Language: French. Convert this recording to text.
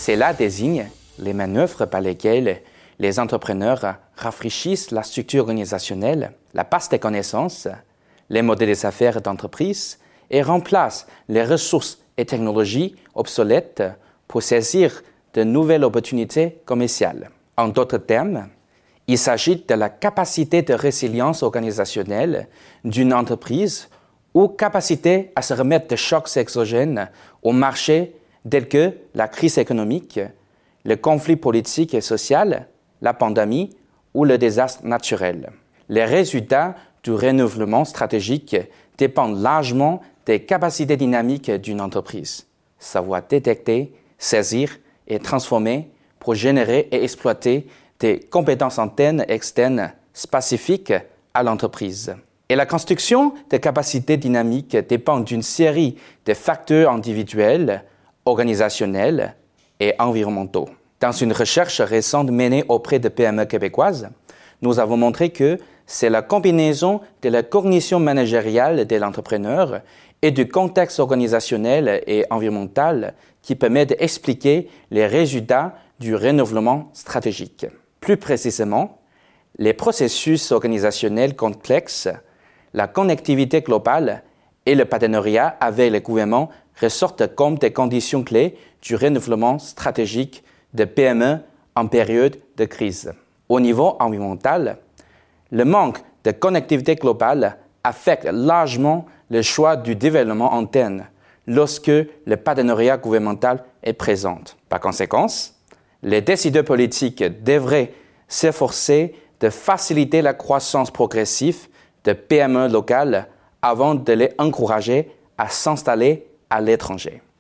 Cela désigne les manœuvres par lesquelles les entrepreneurs rafraîchissent la structure organisationnelle, la base des connaissances, les modèles des affaires d'entreprise et remplacent les ressources et technologies obsolètes pour saisir de nouvelles opportunités commerciales. En d'autres termes, il s'agit de la capacité de résilience organisationnelle d'une entreprise ou capacité à se remettre de chocs exogènes au marché tels que la crise économique, le conflit politique et social, la pandémie ou le désastre naturel. Les résultats du renouvellement stratégique dépendent largement des capacités dynamiques d'une entreprise. Savoir détecter, saisir et transformer pour générer et exploiter des compétences internes et externes spécifiques à l'entreprise. Et la construction de capacités dynamiques dépend d'une série de facteurs individuels, organisationnels et environnementaux. Dans une recherche récente menée auprès de PME québécoises, nous avons montré que c'est la combinaison de la cognition managériale de l'entrepreneur et du contexte organisationnel et environnemental qui permet d'expliquer les résultats du renouvellement stratégique. Plus précisément, les processus organisationnels complexes, la connectivité globale et le partenariat avec le gouvernement ressortent comme des conditions clés du renouvellement stratégique de PME en période de crise. Au niveau environnemental, le manque de connectivité globale affecte largement le choix du développement interne lorsque le partenariat gouvernemental est présent. Par conséquent, les décideurs politiques devraient s'efforcer de faciliter la croissance progressive de PME locales avant de les encourager à s'installer à l'étranger.